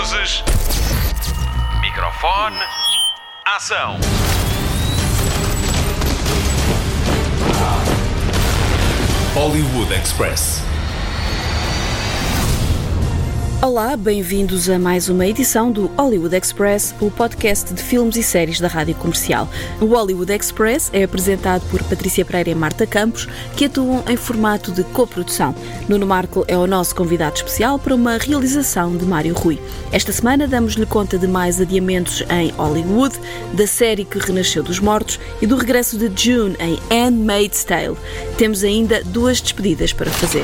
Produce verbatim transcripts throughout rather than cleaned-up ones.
Luzes, microfone, ação. Hollywood Express. Olá, bem-vindos a mais uma edição do Hollywood Express, o podcast de filmes e séries da Rádio Comercial. O Hollywood Express é apresentado por Patrícia Pereira e Marta Campos, que atuam em formato de coprodução. Nuno Marco é o nosso convidado especial para uma realização de Mário Rui. Esta semana damos-lhe conta de mais adiamentos em Hollywood, da série que renasceu dos mortos e do regresso de June em Handmaid's Tale. Temos ainda duas despedidas para fazer.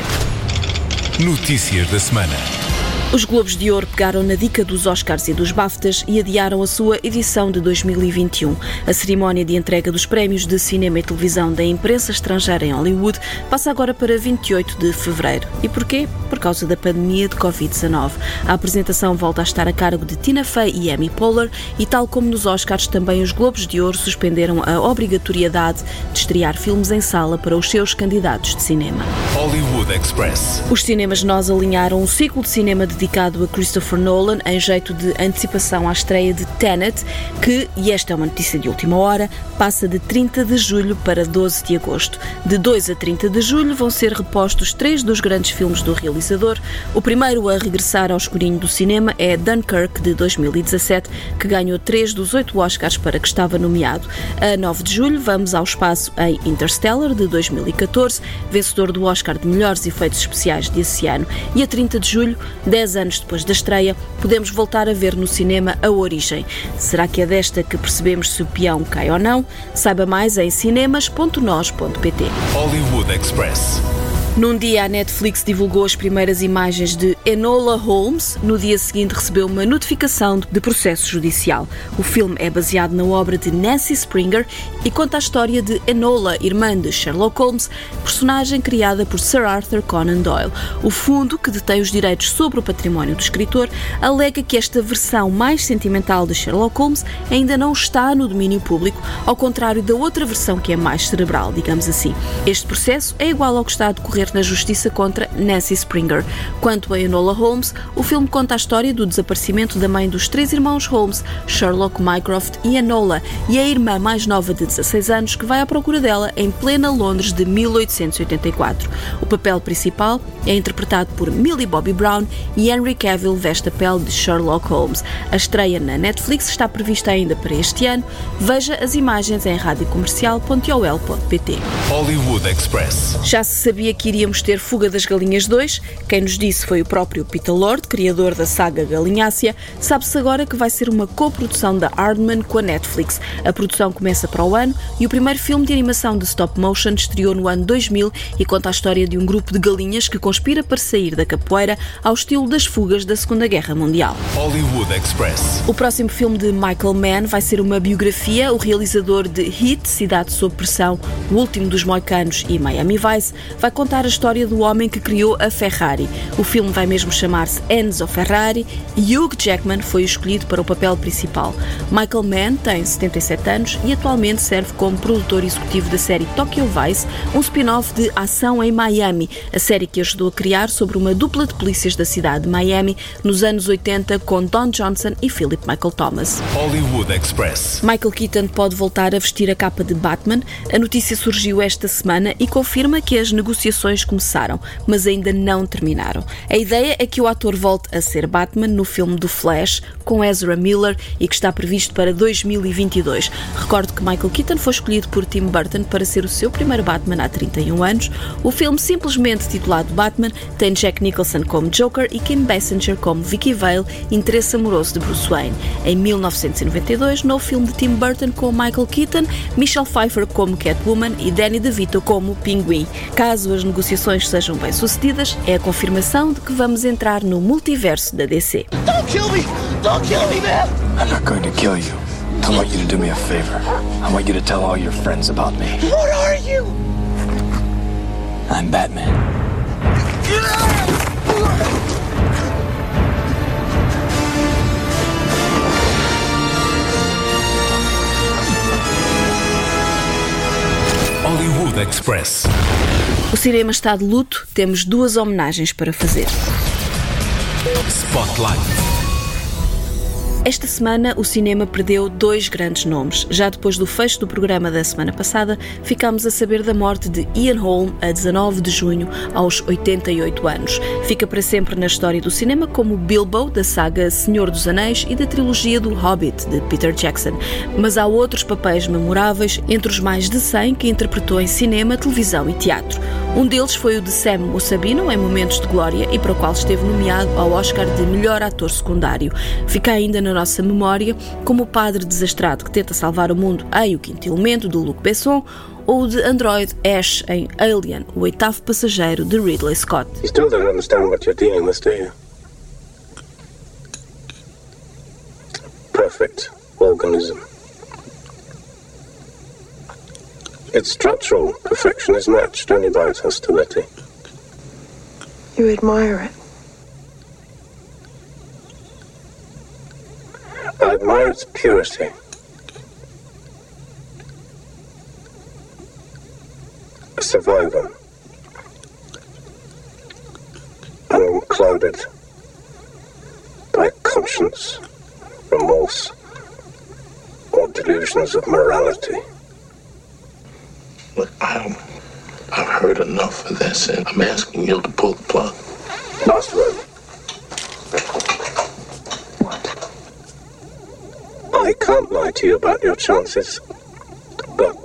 Notícias da semana. Os Globos de Ouro pegaram na dica dos Oscars e dos BAFTAs e adiaram a sua edição de dois mil e vinte e um. A cerimónia de entrega dos prémios de cinema e televisão da imprensa estrangeira em Hollywood passa agora para vinte e oito de fevereiro. E porquê? Por causa da pandemia de covid dezanove. A apresentação volta a estar a cargo de Tina Fey e Amy Poehler e, tal como nos Oscars, também os Globos de Ouro suspenderam a obrigatoriedade de estrear filmes em sala para os seus candidatos de cinema. Hollywood Express. Os cinemas nós alinharam um ciclo de cinema de dedicado a Christopher Nolan em jeito de antecipação à estreia de Tenet, que, e esta é uma notícia de última hora, passa de trinta de julho para doze de agosto. De dois a trinta de julho vão ser repostos três dos grandes filmes do realizador. O primeiro a regressar ao escurinho do cinema é Dunkirk, de dois mil e dezassete, que ganhou três dos oito Oscars para que estava nomeado. A nove de julho vamos ao espaço em Interstellar, de dois mil e catorze, vencedor do Oscar de melhores efeitos especiais desse ano. E a trinta de julho, dez anos depois da estreia, podemos voltar a ver no cinema A Origem. Será que é desta que percebemos se o peão cai ou não? Saiba mais em cinemas ponto nós ponto pt. Hollywood Express. Num dia, a Netflix divulgou as primeiras imagens de Enola Holmes. No dia seguinte, recebeu uma notificação de processo judicial. O filme é baseado na obra de Nancy Springer e conta a história de Enola, irmã de Sherlock Holmes, personagem criada por Sir Arthur Conan Doyle. O fundo, que detém os direitos sobre o património do escritor, alega que esta versão mais sentimental de Sherlock Holmes ainda não está no domínio público, ao contrário da outra versão que é mais cerebral, digamos assim. Este processo é igual ao que está a decorrer na justiça contra Nancy Springer. Quanto a Enola Holmes, o filme conta a história do desaparecimento da mãe dos três irmãos Holmes, Sherlock, Mycroft e Enola, e a irmã mais nova de dezasseis anos que vai à procura dela em plena Londres de mil oitocentos e oitenta e quatro. O papel principal é interpretado por Millie Bobby Brown e Henry Cavill veste a pele de Sherlock Holmes. A estreia na Netflix está prevista ainda para este ano. Veja as imagens em rádio comercial ponto i o l ponto p t. Hollywood Express. Já se sabia que iríamos ter Fuga das Galinhas dois. Quem nos disse foi o próprio Peter Lord, criador da saga Galinhácea. Sabe-se agora que vai ser uma coprodução da Aardman com a Netflix. A produção começa para o ano e o primeiro filme de animação de stop motion estreou no ano dois mil e conta a história de um grupo de galinhas que conspira para sair da capoeira ao estilo das fugas da Segunda Guerra Mundial. Hollywood Express. O próximo filme de Michael Mann vai ser uma biografia. O realizador de Heat, Cidade sob Pressão, O Último dos Moicanos e Miami Vice vai contar a história do homem que criou a Ferrari. O filme vai mesmo chamar-se Enzo Ferrari e Hugh Jackman foi escolhido para o papel principal. Michael Mann tem setenta e sete anos e atualmente serve como produtor executivo da série Tokyo Vice, um spin-off de Ação em Miami, a série que ajudou a criar sobre uma dupla de polícias da cidade de Miami nos anos oitenta com Don Johnson e Philip Michael Thomas. Hollywood Express. Michael Keaton pode voltar a vestir a capa de Batman. A notícia surgiu esta semana e confirma que as negociações começaram, mas ainda não terminaram. A ideia é que o ator volte a ser Batman no filme do Flash, com Ezra Miller, e que está previsto para dois mil e vinte e dois. Recordo que Michael Keaton foi escolhido por Tim Burton para ser o seu primeiro Batman há trinta e um anos. O filme, simplesmente titulado Batman, tem Jack Nicholson como Joker e Kim Basinger como Vicky Vale, interesse amoroso de Bruce Wayne. Em mil novecentos e noventa e dois, novo filme de Tim Burton com Michael Keaton, Michelle Pfeiffer como Catwoman e Danny DeVito como Pinguim. Caso as negociações sejam bem-sucedidas, é a confirmação de que vamos entrar no multiverso da D C. Don't kill me! Don't kill me, man! I'm not going to kill you. I want you to do me a favor. I want you to tell all your friends about me. What are you? I'm Batman. Hollywood Express. O cinema está de luto, temos duas homenagens para fazer. Spotlight. Esta semana o cinema perdeu dois grandes nomes. Já depois do fecho do programa da semana passada, ficámos a saber da morte de Ian Holm a dezanove de junho, aos oitenta e oito anos. Fica para sempre na história do cinema como Bilbo, da saga Senhor dos Anéis e da trilogia do Hobbit, de Peter Jackson. Mas há outros papéis memoráveis, entre os mais de cem que interpretou em cinema, televisão e teatro. Um deles foi o de Sam o Sabino, em Momentos de Glória, e para o qual esteve nomeado ao Oscar de melhor ator secundário. Fica ainda na nossa memória como o padre desastrado que tenta salvar o mundo em O Quinto Elemento, de Luc Besson, ou o de Android Ash em Alien, o oitavo passageiro, de Ridley Scott. You still don't understand what you're dealing with, do you? Perfect organism. Its structural perfection is matched only by its hostility. You admire it. I admire its purity. A survivor. Unclouded by conscience, remorse, or delusions of morality. Look, I'm, I've heard enough of this, and I'm asking you to pull the plug. Last word. I can't lie to you about your chances, but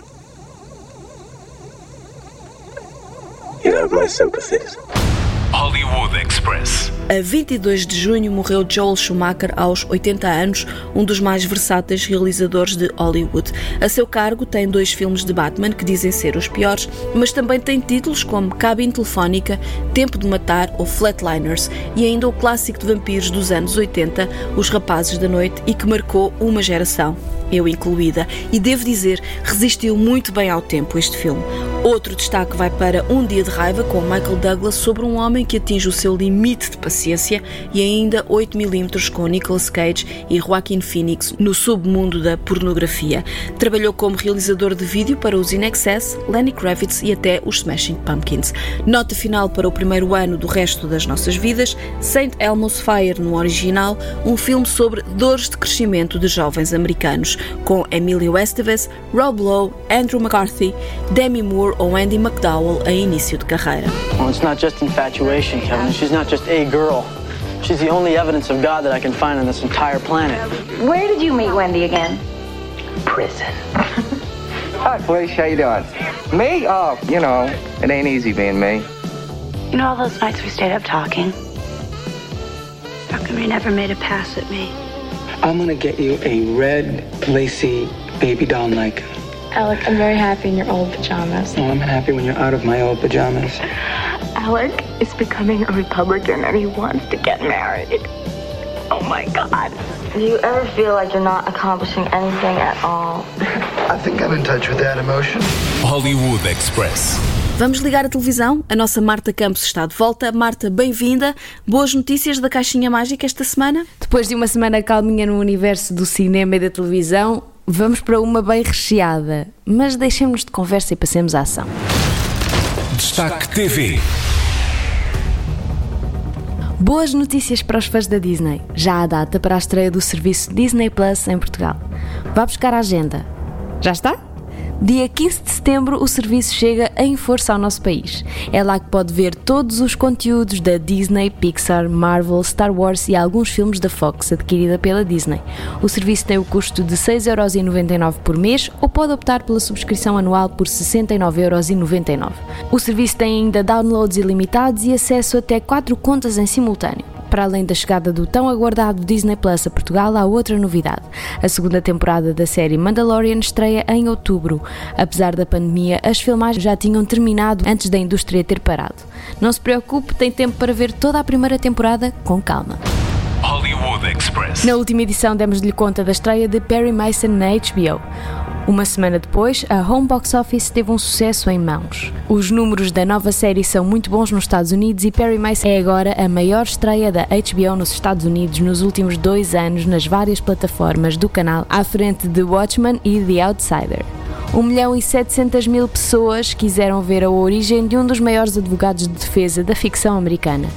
you have my sympathies. Hollywood Express. A vinte e dois de junho morreu Joel Schumacher aos oitenta anos, um dos mais versáteis realizadores de Hollywood. A seu cargo tem dois filmes de Batman que dizem ser os piores, mas também tem títulos como Cabine Telefónica, Tempo de Matar ou Flatliners, e ainda o clássico de vampiros dos anos oitenta, Os Rapazes da Noite, e que marcou uma geração, eu incluída, e devo dizer, resistiu muito bem ao tempo este filme. Outro destaque vai para Um Dia de Raiva, com Michael Douglas, sobre um homem que atinge o seu limite de paciência, e ainda oito milímetros com Nicolas Cage e Joaquin Phoenix no submundo da pornografia. Trabalhou como realizador de vídeo para os In Excess, Lenny Kravitz e até os Smashing Pumpkins. Nota final para o primeiro ano do resto das nossas vidas, Saint Elmo's Fire no original, um filme sobre dores de crescimento de jovens americanos, com Emilio Estevez, Rob Lowe, Andrew McCarthy, Demi Moore ou Andy McDowell a início de carreira. Well, it's not just infatuation, Kevin. She's not just a girl. She's the only evidence of God that I can find on this entire planet. Where did you meet Wendy again? Prison. Hi, Felicia. How you doing? Me? Oh, you know, it ain't easy being me. You know all those nights we stayed up talking? How come you never made a pass at me? I'm gonna get you a red, lacy baby doll Nike. Alec, I'm very happy in your old pajamas. Oh, I'm happy when you're out of my old pajamas. Alec is becoming a Republican and he wants to get married. Oh my God. Do you ever feel like you're not accomplishing anything at all? I think I'm in touch with that emotion. Hollywood Express. Vamos ligar a televisão. A nossa Marta Campos está de volta. Marta, bem-vinda. Boas notícias da Caixinha Mágica esta semana? Depois de uma semana calminha no universo do cinema e da televisão, vamos para uma bem recheada. Mas deixemos de conversa e passemos à ação. Destaque T V. Boas notícias para os fãs da Disney. Já há data para a estreia do serviço Disney Plus em Portugal. Vá buscar a agenda. Já está? Dia quinze de setembro o serviço chega em força ao nosso país. É lá que pode ver todos os conteúdos da Disney, Pixar, Marvel, Star Wars e alguns filmes da Fox adquirida pela Disney. O serviço tem o custo de seis euros e noventa e nove por mês ou pode optar pela subscrição anual por sessenta e nove euros e noventa e nove. O serviço tem ainda downloads ilimitados e acesso a até quatro contas em simultâneo. Para além da chegada do tão aguardado Disney Plus a Portugal, há outra novidade. A segunda temporada da série Mandalorian estreia em outubro. Apesar da pandemia, as filmagens já tinham terminado antes da indústria ter parado. Não se preocupe, tem tempo para ver toda a primeira temporada com calma. Hollywood Express. Na última edição demos-lhe conta da estreia de Perry Mason na H B O. Uma semana depois, a Home Box Office teve um sucesso em mãos. Os números da nova série são muito bons nos Estados Unidos e Perry Mason é agora a maior estreia da H B O nos Estados Unidos nos últimos dois anos nas várias plataformas do canal, à frente de Watchmen e The Outsider. um milhão e setecentas mil pessoas quiseram ver a origem de um dos maiores advogados de defesa da ficção americana.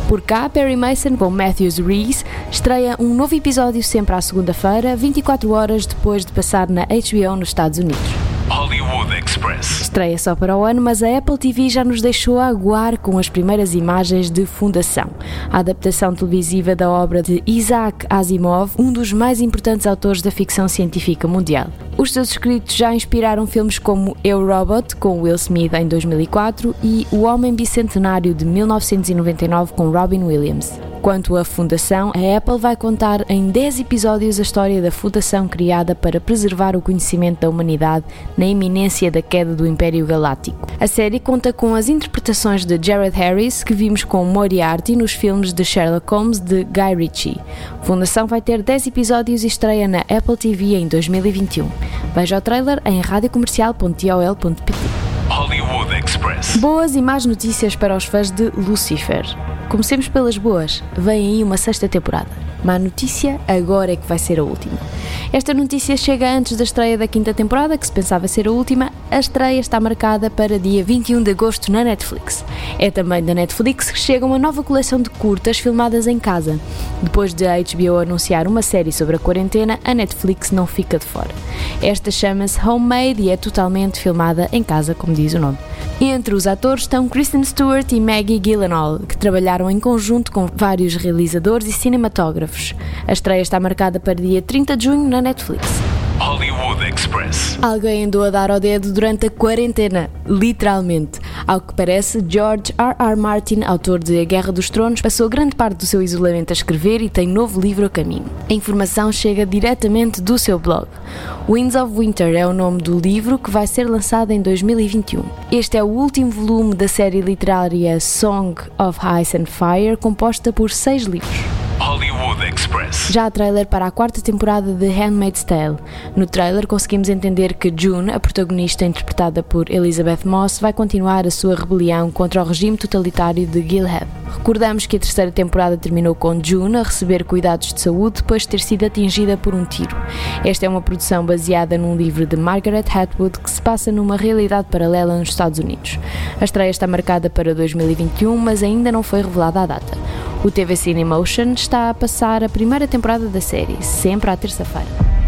Por cá, Perry Mason, com Matthew Rhys, estreia um novo episódio sempre à segunda-feira, vinte e quatro horas depois de passar na H B O nos Estados Unidos. Hollywood Express. Estreia só para o ano, mas a Apple T V já nos deixou aguar com as primeiras imagens de Fundação, a adaptação televisiva da obra de Isaac Asimov, um dos mais importantes autores da ficção científica mundial. Os seus escritos já inspiraram filmes como Eu, Robot, com Will Smith em dois mil e quatro, e O Homem Bicentenário de mil novecentos e noventa e nove com Robin Williams. Quanto à Fundação, a Apple vai contar em dez episódios a história da fundação criada para preservar o conhecimento da humanidade na iminência da queda do Império Galáctico. A série conta com as interpretações de Jared Harris, que vimos com Moriarty nos filmes de Sherlock Holmes de Guy Ritchie. Fundação vai ter dez episódios e estreia na Apple T V em dois mil e vinte e um. Veja o trailer em radiocomercial ponto d o l ponto p t. Hollywood Express. Boas e más notícias para os fãs de Lucifer. Comecemos pelas boas, vem aí uma sexta temporada. Má notícia, agora é que vai ser a última. Esta notícia chega antes da estreia da quinta temporada, que se pensava ser a última. A estreia está marcada para dia vinte e um de agosto na Netflix. É também da Netflix que chega uma nova coleção de curtas filmadas em casa. Depois de a H B O anunciar uma série sobre a quarentena, a Netflix não fica de fora. Esta chama-se Homemade e é totalmente filmada em casa, como diz o nome. Entre os atores estão Kristen Stewart e Maggie Gyllenhaal, que trabalharam em conjunto com vários realizadores e cinematógrafos. A estreia está marcada para dia trinta de junho na Netflix. Hollywood Express. Alguém andou a dar ao dedo durante a quarentena, literalmente. Ao que parece, George R R. Martin, autor de A Guerra dos Tronos, passou grande parte do seu isolamento a escrever e tem novo livro a caminho. A informação chega diretamente do seu blog. Winds of Winter é o nome do livro, que vai ser lançado em dois mil e vinte e um. Este é o último volume da série literária Song of Ice and Fire, composta por seis livros. Hollywood Express. Já há trailer para a quarta temporada de Handmaid's Tale. No trailer conseguimos entender que June, a protagonista interpretada por Elizabeth Moss, vai continuar a sua rebelião contra o regime totalitário de Gilead. Recordamos que a terceira temporada terminou com June a receber cuidados de saúde depois de ter sido atingida por um tiro. Esta é uma produção baseada num livro de Margaret Atwood que se passa numa realidade paralela nos Estados Unidos. A estreia está marcada para dois mil e vinte e um, mas ainda não foi revelada a data. O T V Cinemotion está a passar a primeira temporada da série, sempre à terça-feira.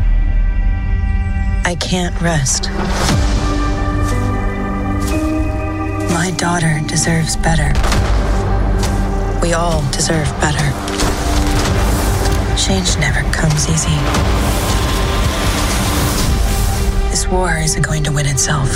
I can't rest. My daughter deserves better. We all deserve better. Change never comes easy. This war isn't going to win itself.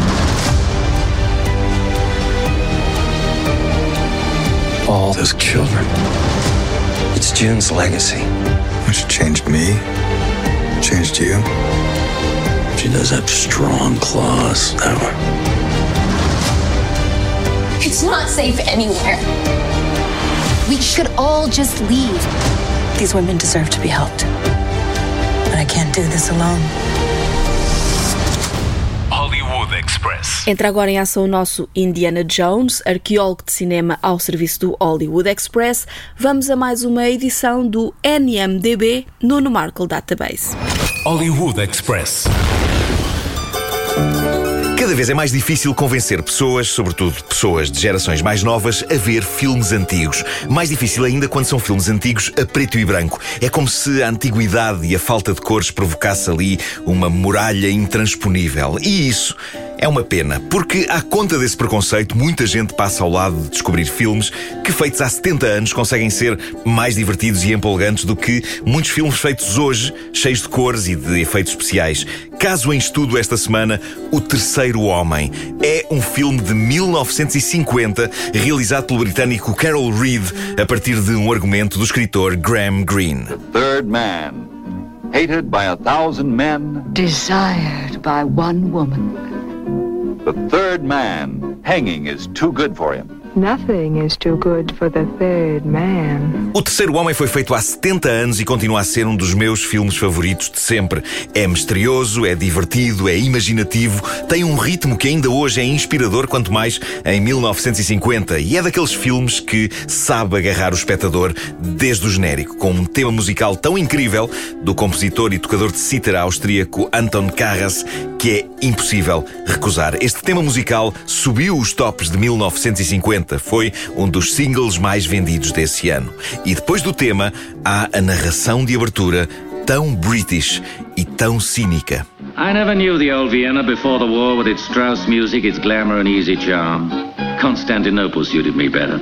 All those children. It's June's legacy. Which changed me, changed you. She does have strong claws, that one. It's not safe anywhere. We should all just leave. These women deserve to be helped. But I can't do this alone. Hollywood Express. Entra agora em ação o nosso Indiana Jones, arqueólogo de cinema ao serviço do Hollywood Express. Vamos a mais uma edição do N M D B Nuno Markle Database. Hollywood Express. Cada vez é mais difícil convencer pessoas, sobretudo pessoas de gerações mais novas, a ver filmes antigos. Mais difícil ainda quando são filmes antigos a preto e branco. É como se a antiguidade e a falta de cores provocasse ali uma muralha intransponível. E isso é uma pena, porque à conta desse preconceito, muita gente passa ao lado de descobrir filmes que, feitos há setenta anos, conseguem ser mais divertidos e empolgantes do que muitos filmes feitos hoje, cheios de cores e de efeitos especiais. Caso em estudo esta semana, O Terceiro Homem. É um filme de mil novecentos e cinquenta, realizado pelo britânico Carol Reed, a partir de um argumento do escritor Graham Greene. The third man, hated by a thousand men, desired by one woman. The third man, hanging is too good for him. Nothing is too good for the third man. O Terceiro Homem foi feito há setenta anos e continua a ser um dos meus filmes favoritos de sempre. É misterioso, é divertido, é imaginativo, tem um ritmo que ainda hoje é inspirador, quanto mais em mil novecentos e cinquenta, e é daqueles filmes que sabe agarrar o espectador desde o genérico, com um tema musical tão incrível do compositor e tocador de cítara austríaco Anton Karas, que é impossível recusar. Este tema musical subiu os tops de mil novecentos e cinquenta cinquenta. Foi um dos singles mais vendidos desse ano. E depois do tema, há a narração de abertura tão British e tão cínica. I never knew the old Vienna before the war with its Strauss music, its glamour and easy charm. Constantinople suited me better.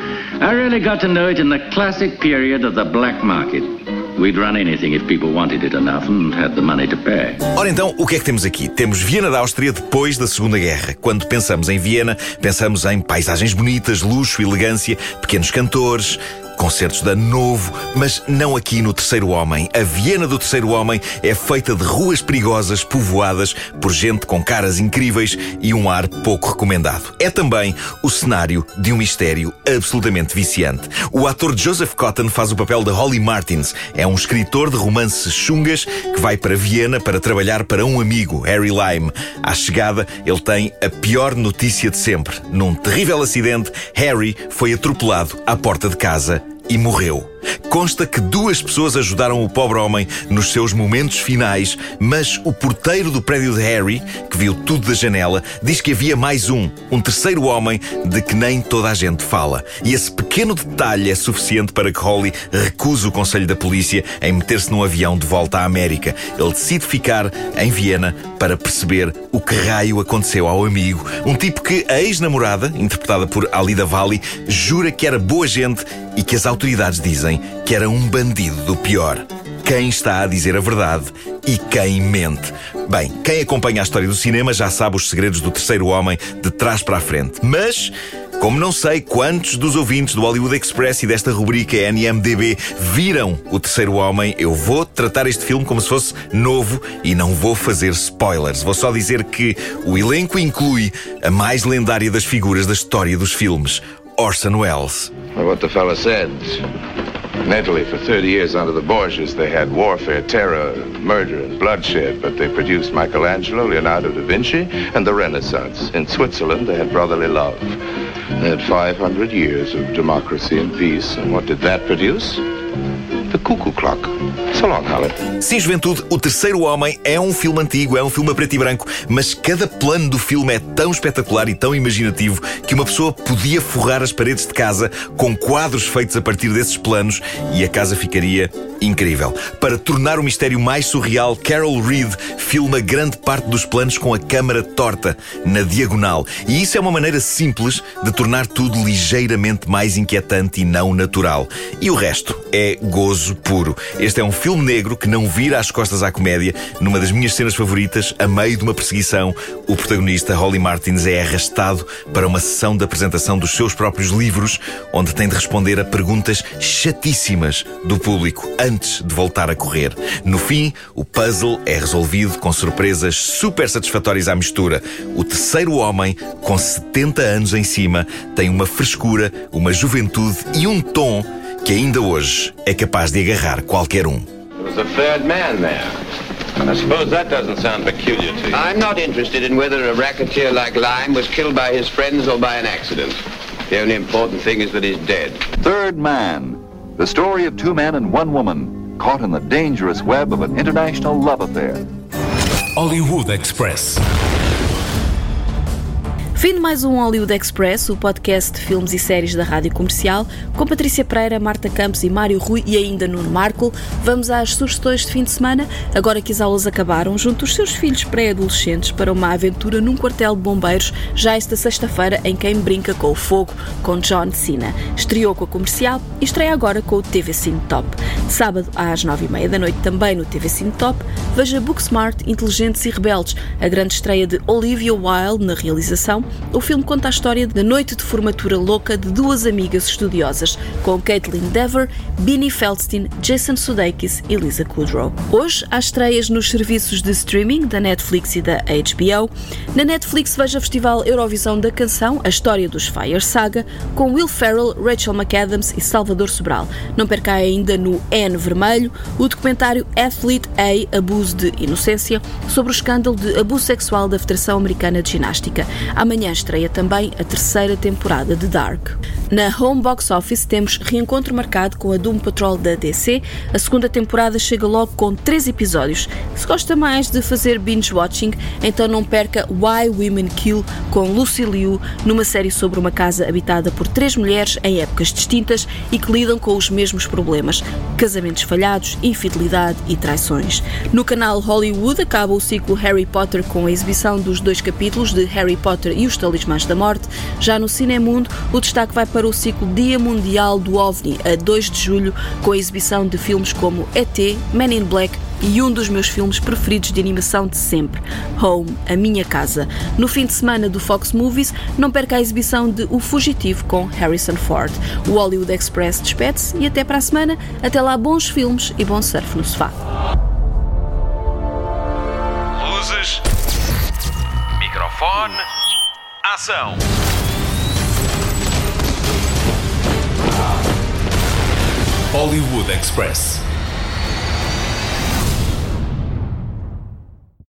I really got to know it in the classic period of the black market. We'd run anything if people wanted it enough and had the money to pay. Ora então, o que é que temos aqui? Temos Viena da Áustria depois da Segunda Guerra. Quando pensamos em Viena, pensamos em paisagens bonitas, luxo, elegância, pequenos cantores, concertos de ano novo, mas não aqui no Terceiro Homem. A Viena do Terceiro Homem é feita de ruas perigosas, povoadas por gente com caras incríveis e um ar pouco recomendado. É também o cenário de um mistério absolutamente viciante. O ator Joseph Cotten faz o papel de Holly Martins. É um escritor de romances chungas que vai para Viena para trabalhar para um amigo, Harry Lime. À chegada, ele tem a pior notícia de sempre. Num terrível acidente, Harry foi atropelado à porta de casa e morreu. Consta que duas pessoas ajudaram o pobre homem nos seus momentos finais, mas o porteiro do prédio de Harry, que viu tudo da janela, diz que havia mais um, um terceiro homem de que nem toda a gente fala. E esse pequeno detalhe é suficiente para que Holly recuse o conselho da polícia em meter-se num avião de volta à América. Ele decide ficar em Viena para perceber o que raio aconteceu ao amigo. Um tipo que a ex-namorada, interpretada por Alida Valli, jura que era boa gente e que as autoridades dizem que era um bandido do pior. Quem está a dizer a verdade e quem mente? Bem, quem acompanha a história do cinema já sabe os segredos do Terceiro Homem de trás para a frente. Mas, como não sei quantos dos ouvintes do Hollywood Express e desta rubrica N M D B viram o Terceiro Homem, eu vou tratar este filme como se fosse novo e não vou fazer spoilers. Vou só dizer que o elenco inclui a mais lendária das figuras da história dos filmes, Orson Welles. Well, what the fella said. In Italy, for thirty years under the Borgias, they had warfare, terror, murder, and bloodshed, but they produced Michelangelo, Leonardo da Vinci, and the Renaissance. In Switzerland, they had brotherly love. They had five hundred years of democracy and peace, and what did that produce? The Cuckoo Clock. So long, Holly. Sim, juventude, O Terceiro Homem é um filme antigo, é um filme a preto e branco, mas cada plano do filme é tão espetacular e tão imaginativo que uma pessoa podia forrar as paredes de casa com quadros feitos a partir desses planos e a casa ficaria incrível. Para tornar o mistério mais surreal, Carol Reed filma grande parte dos planos com a câmara torta, na diagonal. E isso é uma maneira simples de tornar tudo ligeiramente mais inquietante e não natural. E o resto é gozo puro. Este é um filme negro que não vira as costas à comédia. Numa das minhas cenas favoritas, a meio de uma perseguição, o protagonista, Holly Martins, é arrastado para uma sessão de apresentação dos seus próprios livros, onde tem de responder a perguntas chatíssimas do público antes de voltar a correr. No fim, o puzzle é resolvido com surpresas super satisfatórias à mistura. O Terceiro Homem, com setenta anos em cima, tem uma frescura, uma juventude e um tom que ainda hoje é capaz de agarrar qualquer um. There was a third man there. I suppose that doesn't sound peculiar to you. I'm not interested in whether a racketeer like Lime was killed by his friends or by an accident. The only important thing is that he's dead. Third Man. The story of two men and one woman caught in the dangerous web of an international love affair. Hollywood Express. Fim de mais um Hollywood Express, o podcast de filmes e séries da Rádio Comercial, com Patrícia Pereira, Marta Campos e Mário Rui e ainda Nuno Marco. Vamos às sugestões de fim de semana, agora que as aulas acabaram, junto os seus filhos pré-adolescentes para uma aventura num quartel de bombeiros, já esta sexta-feira, em Quem Brinca com o Fogo, com John Cena. Estreou com a Comercial e estreia agora com o T V Cine Top. De sábado às nove e meia da noite, também no T V Cine Top, veja Booksmart, Inteligentes e Rebeldes, a grande estreia de Olivia Wilde na realização. O filme conta a história da noite de formatura louca de duas amigas estudiosas, com Caitlin Dever, Beanie Feldstein, Jason Sudeikis e Lisa Kudrow. Hoje há estreias nos serviços de streaming da Netflix e da H B O. Na Netflix veja o Festival Eurovisão da Canção, a história dos Fire Saga, com Will Ferrell, Rachel McAdams e Salvador Sobral. Não perca ainda no N Vermelho o documentário Athlete A, Abuso de Inocência, sobre o escândalo de abuso sexual da Federação Americana de Ginástica. Amanhã Amanhã estreia também a terceira temporada de Dark. Na Home Box Office temos reencontro marcado com a Doom Patrol da D C. A segunda temporada chega logo com três episódios. Se gosta mais de fazer binge-watching, então não perca Why Women Kill com Lucy Liu, numa série sobre uma casa habitada por três mulheres em épocas distintas e que lidam com os mesmos problemas: casamentos falhados, infidelidade e traições. No canal Hollywood acaba o ciclo Harry Potter com a exibição dos dois capítulos de Harry Potter e os Talismãs da Morte. Já no Cinemundo, o destaque vai para o ciclo Dia Mundial do OVNI, a dois de julho, com a exibição de filmes como E T, Men in Black e um dos meus filmes preferidos de animação de sempre, Home, A Minha Casa. No fim de semana do Fox Movies, não perca a exibição de O Fugitivo com Harrison Ford. O Hollywood Express despede-se e até para a semana. Até lá, bons filmes e bom surf no sofá. Luzes, microfone, ação. Hollywood Express.